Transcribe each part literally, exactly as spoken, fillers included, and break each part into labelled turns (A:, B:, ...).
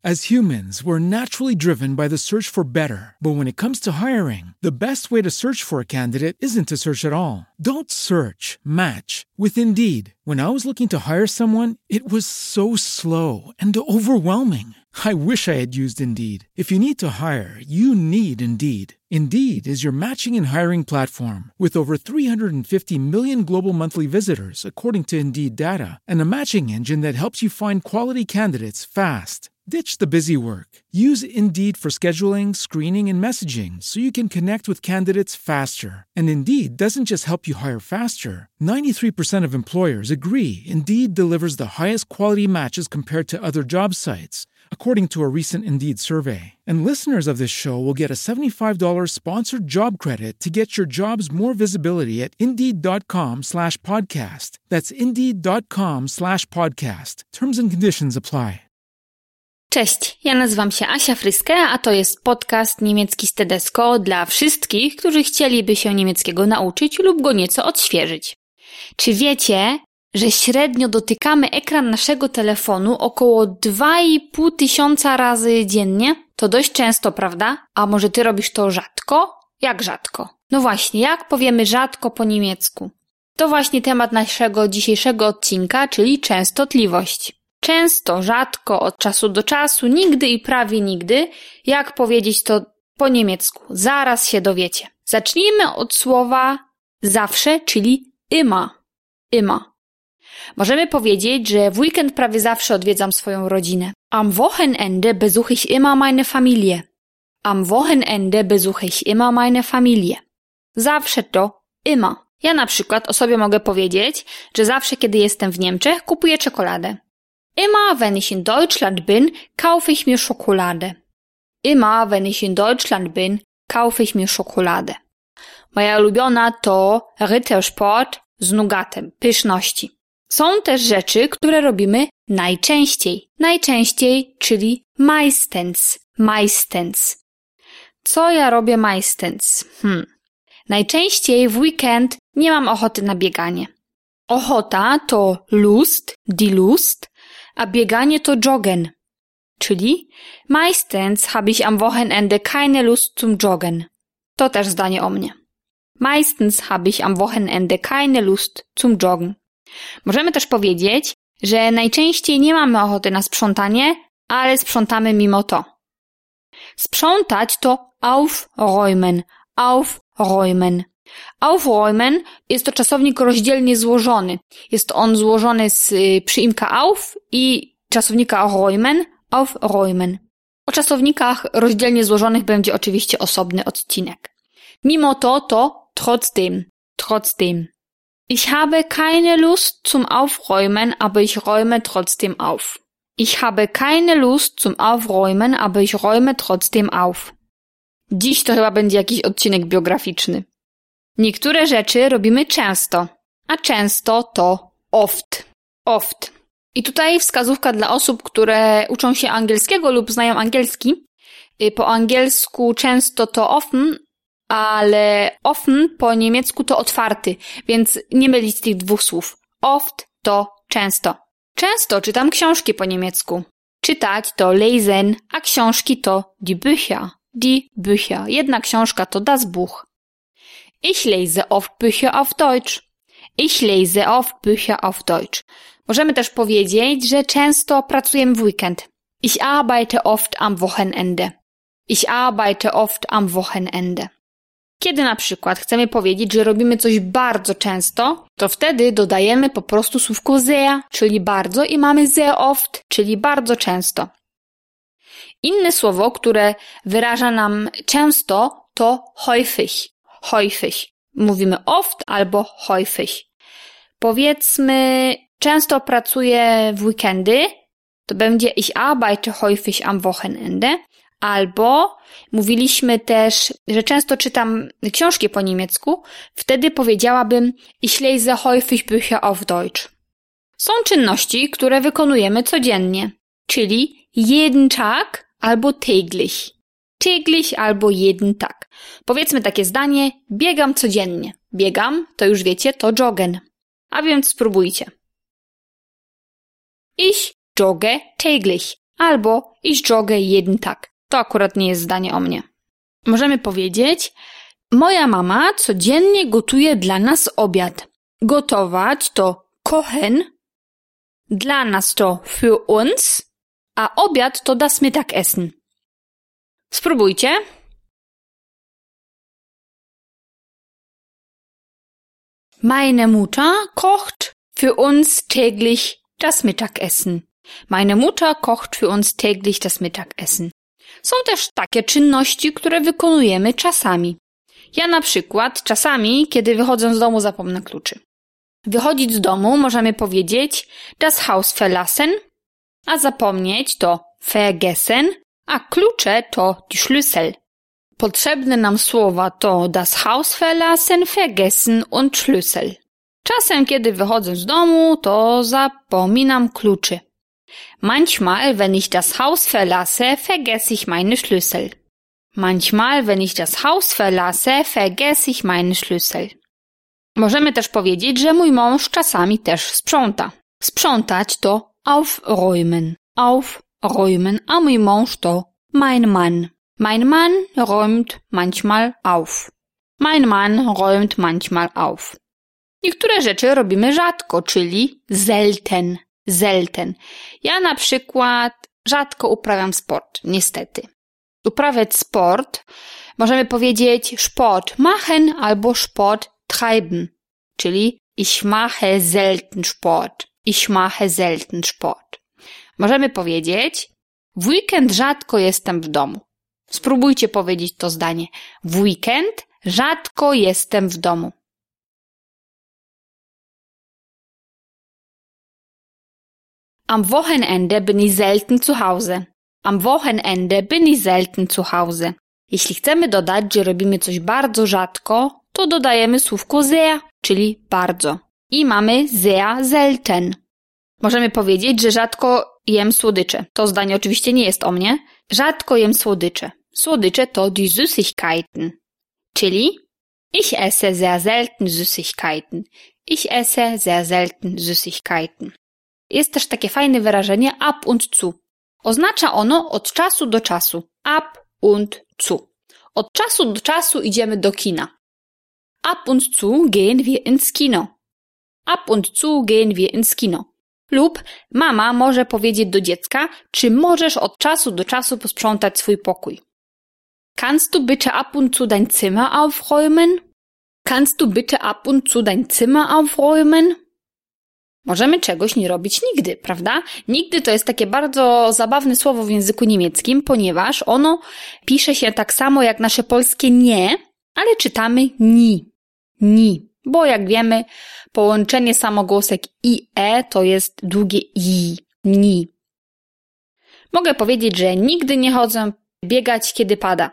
A: As humans, we're naturally driven by the search for better. But when it comes to hiring, the best way to search for a candidate isn't to search at all. Don't search, match with Indeed. When I was looking to hire someone, it was so slow and overwhelming. I wish I had used Indeed. If you need to hire, you need Indeed. Indeed is your matching and hiring platform with over three hundred fifty million global monthly visitors, according to Indeed data, and a matching engine that helps you find quality candidates fast. Ditch the busy work. Use Indeed for scheduling, screening, and messaging so you can connect with candidates faster. And Indeed doesn't just help you hire faster. ninety-three percent of employers agree Indeed delivers the highest quality matches compared to other job sites, according to a recent Indeed survey. And listeners of this show will get a seventy-five dollars sponsored job credit to get your jobs more visibility at Indeed.com slash podcast. That's Indeed.com slash podcast. Terms and conditions apply.
B: Cześć, ja nazywam się Asia Fryske, a to jest podcast Niemiecki z Tedesco dla wszystkich, którzy chcieliby się niemieckiego nauczyć lub go nieco odświeżyć. Czy wiecie, że średnio dotykamy ekran naszego telefonu około dwa i pół tysiąca razy dziennie? To dość często, prawda? A może ty robisz to rzadko? Jak rzadko? No właśnie, jak powiemy rzadko po niemiecku? To właśnie temat naszego dzisiejszego odcinka, czyli częstotliwość. Często, rzadko, od czasu do czasu, nigdy i prawie nigdy. Jak powiedzieć to po niemiecku? Zaraz się dowiecie. Zacznijmy od słowa zawsze, czyli immer. Immer. Możemy powiedzieć, że w weekend prawie zawsze odwiedzam swoją rodzinę. Am Wochenende besuche ich immer meine Familie. Am Wochenende besuche ich immer meine Familie. Zawsze to immer. Ja na przykład o sobie mogę powiedzieć, że zawsze kiedy jestem w Niemczech, kupuję czekoladę. Immer wenn ich in Deutschland bin, kaufe ich mir Schokolade. Immer wenn ich in Deutschland bin, kaufe ich mir Schokolade. Moja ulubiona to Rittersport z nougatem, pyszności. Są też rzeczy, które robimy najczęściej. Najczęściej, czyli meistens. Meistens. Co ja robię meistens? Hmm. Najczęściej w weekend nie mam ochoty na bieganie. Ochota to Lust, die Lust, a bieganie to Joggen. Czyli meistens habe ich am Wochenende keine Lust zum Joggen. To też zdanie o mnie. Meistens habe ich am Wochenende keine Lust zum Joggen. Możemy też powiedzieć, że najczęściej nie mamy ochoty na sprzątanie, ale sprzątamy mimo to. Sprzątać to aufräumen, aufräumen. Aufräumen jest to czasownik rozdzielnie złożony. Jest on złożony z przyimka auf i czasownika räumen, aufräumen. O czasownikach rozdzielnie złożonych będzie oczywiście osobny odcinek. Mimo to to trotzdem, trotzdem. Ich habe keine Lust zum Aufräumen, aber ich räume trotzdem auf. Ich habe keine Lust zum Aufräumen, aber ich räume trotzdem auf. Dziś to chyba będzie jakiś odcinek biograficzny. Niektóre rzeczy robimy często, a często to oft. Oft. I tutaj wskazówka dla osób, które uczą się angielskiego lub znają angielski. Po angielsku często to often, ale often po niemiecku to otwarty, więc nie mylić tych dwóch słów. Oft to często. Często czytam książki po niemiecku. Czytać to lesen, a książki to die Bücher. Die Bücher. Jedna książka to das Buch. Ich lese oft Bücher auf Deutsch. Ich lese oft Bücher auf Deutsch. Możemy też powiedzieć, że często pracujemy w weekend. Ich arbeite oft am Wochenende. Ich arbeite oft am Wochenende. Kiedy na przykład chcemy powiedzieć, że robimy coś bardzo często, to wtedy dodajemy po prostu słówko sehr, czyli bardzo, i mamy sehr oft, czyli bardzo często. Inne słowo, które wyraża nam często, to häufig. Häufig. Mówimy oft albo häufig. Powiedzmy, często pracuję w weekendy, to będzie ich arbeite häufig am Wochenende. Albo mówiliśmy też, że często czytam książki po niemiecku, wtedy powiedziałabym ich lese häufig Bücher auf Deutsch. Są czynności, które wykonujemy codziennie, czyli jeden Tag albo täglich. Täglich albo jeden Tag. Powiedzmy takie zdanie, biegam codziennie. Biegam, to już wiecie, to joggen. A więc spróbujcie. Ich jogge täglich. albo ich jogge jeden Tag. To akurat nie jest zdanie o mnie. Możemy powiedzieć, moja mama codziennie gotuje dla nas obiad. Gotować to kochen, dla nas to für uns, a obiad to das Mittagessen. Spróbujcie. Meine Mutter kocht für uns täglich das Mittagessen. Meine Mutter kocht für uns täglich das Mittagessen. Są też takie czynności, które wykonujemy czasami. Ja na przykład czasami, kiedy wychodzę z domu, zapomnę kluczy. Wychodzić z domu możemy powiedzieć das Haus verlassen, a zapomnieć to vergessen, a klucze to die Schlüssel. Potrzebne nam słowa to das Haus verlassen, vergessen und Schlüssel. Czasem, kiedy wychodzę z domu, to zapominam kluczy. Manchmal, wenn ich das Haus verlasse, vergesse ich meine Schlüssel. Manchmal, wenn ich das Haus verlasse, vergesse ich meine Schlüssel. Możemy też powiedzieć, że mój mąż czasami też sprząta. Sprzątać to aufräumen. Aufräumen, a mój mąż to mein Mann. Mein Mann räumt manchmal auf. Mein Mann räumt manchmal auf. Niektóre rzeczy robimy rzadko, czyli selten. Selten. Ja na przykład rzadko uprawiam sport, niestety. Uprawiać sport możemy powiedzieć Sport machen albo Sport treiben, czyli ich mache selten Sport. Ich mache selten Sport. Możemy powiedzieć w weekend rzadko jestem w domu. Spróbujcie powiedzieć to zdanie. W weekend rzadko jestem w domu. Am Wochenende bin ich selten zu Hause. Am Wochenende bin ich selten zu Hause. Jeśli chcemy dodać, że robimy coś bardzo rzadko, to dodajemy słówko sehr, czyli bardzo. I mamy sehr selten. Możemy powiedzieć, że rzadko jem słodycze. To zdanie oczywiście nie jest o mnie. Rzadko jem słodycze. Słodycze to die Süßigkeiten. Czyli ich esse sehr selten Süßigkeiten. Ich esse sehr selten Süßigkeiten. Jest też takie fajne wyrażenie ab und zu. Oznacza ono od czasu do czasu. Ab und zu. Od czasu do czasu idziemy do kina. Ab und zu gehen wir ins Kino. Ab und zu gehen wir ins Kino. Lub mama może powiedzieć do dziecka, czy możesz od czasu do czasu posprzątać swój pokój. Kannst du bitte ab und zu dein Zimmer aufräumen? Kannst du bitte ab und zu dein Zimmer aufräumen? Możemy czegoś nie robić nigdy, prawda? Nigdy to jest takie bardzo zabawne słowo w języku niemieckim, ponieważ ono pisze się tak samo jak nasze polskie nie, ale czytamy ni. Ni. Bo jak wiemy, połączenie samogłosek i e to jest długie i. Ni. Mogę powiedzieć, że nigdy nie chodzę biegać, kiedy pada.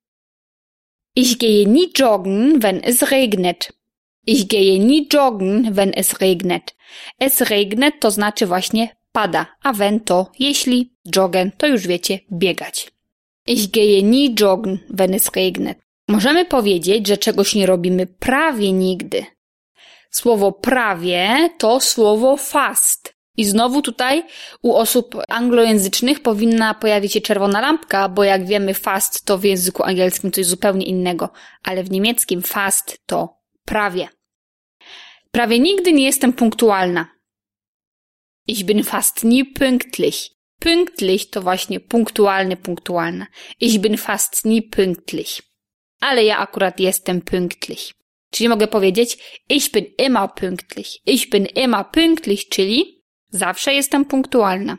B: Ich gehe nie joggen, wenn es regnet. Ich gehe nie joggen, wenn es regnet. Es regnet to znaczy właśnie pada, a wenn to jeśli, joggen to już wiecie, biegać. Ich gehe nie joggen, wenn es regnet. Możemy powiedzieć, że czegoś nie robimy prawie nigdy. Słowo prawie to słowo fast. I znowu tutaj u osób anglojęzycznych powinna pojawić się czerwona lampka, bo jak wiemy fast to w języku angielskim coś zupełnie innego, ale w niemieckim fast to prawie. Prawie nigdy nie jestem punktualna. Ich bin fast nie pünktlich. Pünktlich to właśnie punktualny, punktualna. Ich bin fast nie pünktlich. Ale ja akurat jestem pünktlich. Czyli mogę powiedzieć ich bin immer pünktlich. Ich bin immer pünktlich, czyli zawsze jestem punktualna.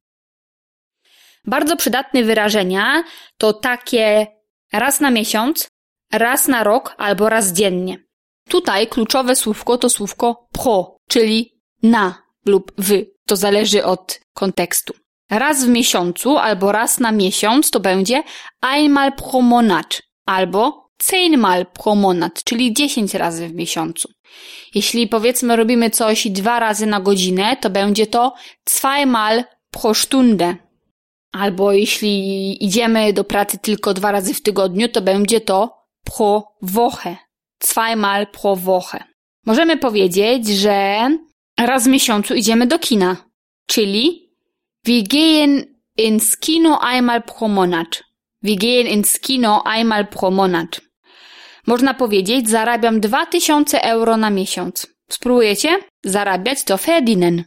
B: Bardzo przydatne wyrażenia to takie raz na miesiąc, raz na rok albo raz dziennie. Tutaj kluczowe słówko to słówko pro, czyli na lub w. To zależy od kontekstu. Raz w miesiącu albo raz na miesiąc to będzie einmal pro Monat albo zehnmal pro Monat, czyli dziesięć razy w miesiącu. Jeśli powiedzmy robimy coś dwa razy na godzinę, to będzie to zweimal pro Stunde. Albo jeśli idziemy do pracy tylko dwa razy w tygodniu, to będzie to pro Woche. Zweimal pro Woche. Możemy powiedzieć, że raz w miesiącu idziemy do kina, czyli wir gehen ins Kino einmal pro Monat. Wir gehen ins Kino einmal pro Monat. Można powiedzieć, zarabiam dwa tysiące euro na miesiąc. Spróbujecie? Zarabiać to verdienen.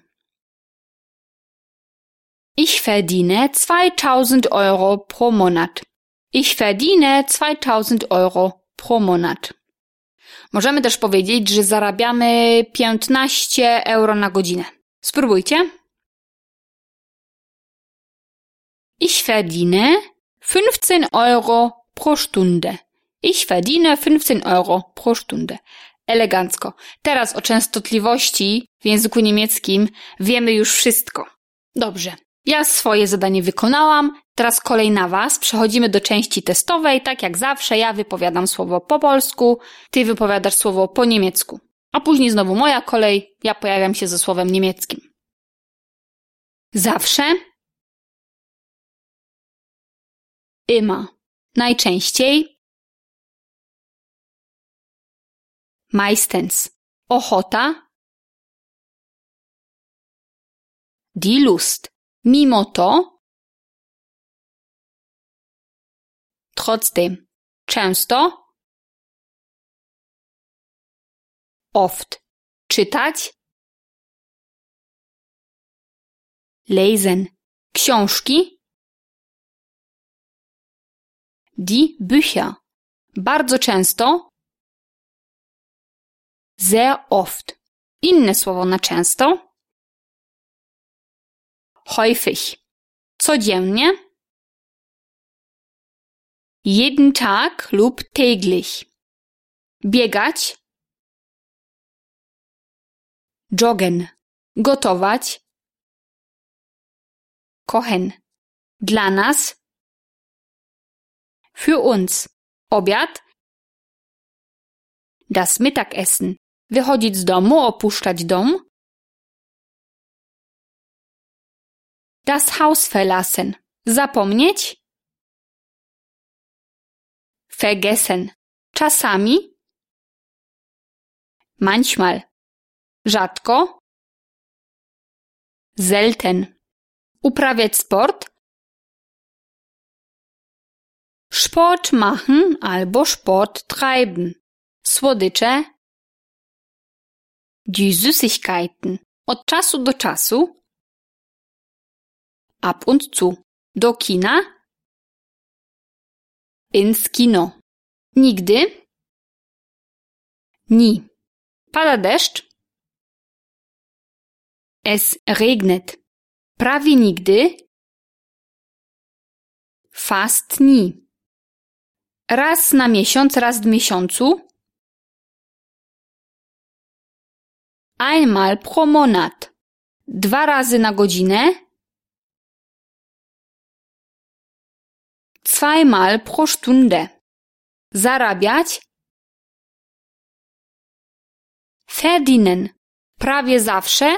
B: Ich verdiene zweitausend Euro pro Monat. Ich verdiene zweitausend Euro pro Monat. Możemy też powiedzieć, że zarabiamy piętnaście euro na godzinę. Spróbujcie. Ich verdiene fünfzehn Euro pro Stunde. Ich verdiene fünfzehn Euro pro Stunde. Elegancko. Teraz o częstotliwości w języku niemieckim wiemy już wszystko. Dobrze. Ja swoje zadanie wykonałam. Teraz kolej na was. Przechodzimy do części testowej. Tak jak zawsze ja wypowiadam słowo po polsku, ty wypowiadasz słowo po niemiecku. A później znowu moja kolej. Ja pojawiam się ze słowem niemieckim. Zawsze. Immer. Najczęściej. Meistens. Ochota. Die Lust. Mimo to. Trotzdem. Często. Oft. Czytać. Lesen. Książki. Die Bücher. Bardzo często. Sehr oft. Inne słowo na często. Häufig. Codziennie. Jeden Tag lub täglich. Biegać. Joggen. Gotować. Kochen. Dla nas. Für uns. Obiad. Das Mittagessen. Wychodzić z domu, opuszczać dom. Das Haus verlassen. Zapomnieć. Vergessen. Czasami. Manchmal. Rzadko. Selten. Uprawiać sport. Sport machen albo Sport treiben. Słodycze. Die Süßigkeiten. Od czasu do czasu. Ab und zu. Do kina. Ins Kino. Nigdy. Nie. Pada deszcz. Es regnet. Prawie nigdy. Fast nie. Raz na miesiąc, raz w miesiącu. Einmal pro Monat. Dwa razy na godzinę. Zweimal pro Stunde. Zarabiać. Verdienen. Prawie zawsze.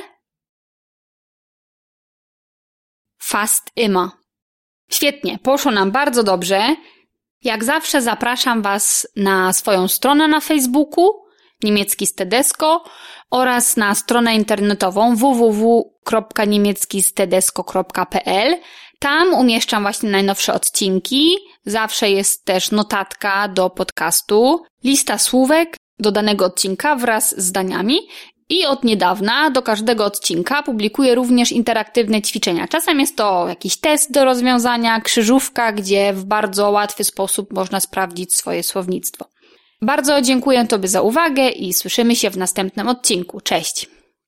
B: Fast immer. Świetnie, poszło nam bardzo dobrze. Jak zawsze zapraszam was na swoją stronę na Facebooku Niemiecki z Tedesco oraz na stronę internetową w w w kropka niemiecki z tedesco kropka p l. Tam umieszczam właśnie najnowsze odcinki. Zawsze jest też notatka do podcastu, lista słówek do danego odcinka wraz z zdaniami i od niedawna do każdego odcinka publikuję również interaktywne ćwiczenia. Czasem jest to jakiś test do rozwiązania, krzyżówka, gdzie w bardzo łatwy sposób można sprawdzić swoje słownictwo. Bardzo dziękuję Tobie za uwagę i słyszymy się w następnym odcinku. Cześć!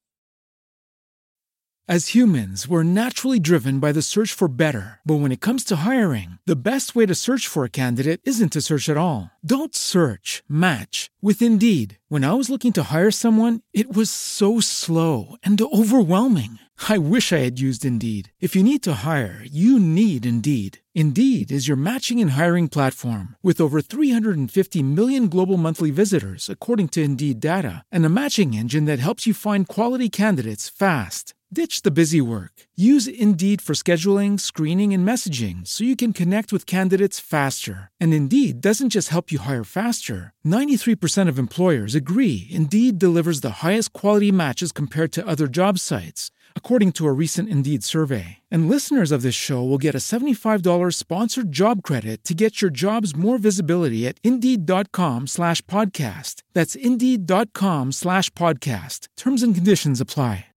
A: As humans, we're naturally driven by the search for better. But when it comes to hiring, the best way to search for a candidate isn't to search at all. Don't search, match with Indeed. When I was looking to hire someone, it was so slow and overwhelming. I wish I had used Indeed. If you need to hire, you need Indeed. Indeed is your matching and hiring platform with over three hundred fifty million global monthly visitors, according to Indeed data, and a matching engine that helps you find quality candidates fast. Ditch the busy work. Use Indeed for scheduling, screening, and messaging so you can connect with candidates faster. And Indeed doesn't just help you hire faster. ninety-three percent of employers agree Indeed delivers the highest quality matches compared to other job sites. according to a recent Indeed survey. And listeners of this show will get a seventy-five dollars sponsored job credit to get your jobs more visibility at Indeed.com slash podcast. That's Indeed.com slash podcast. Terms and conditions apply.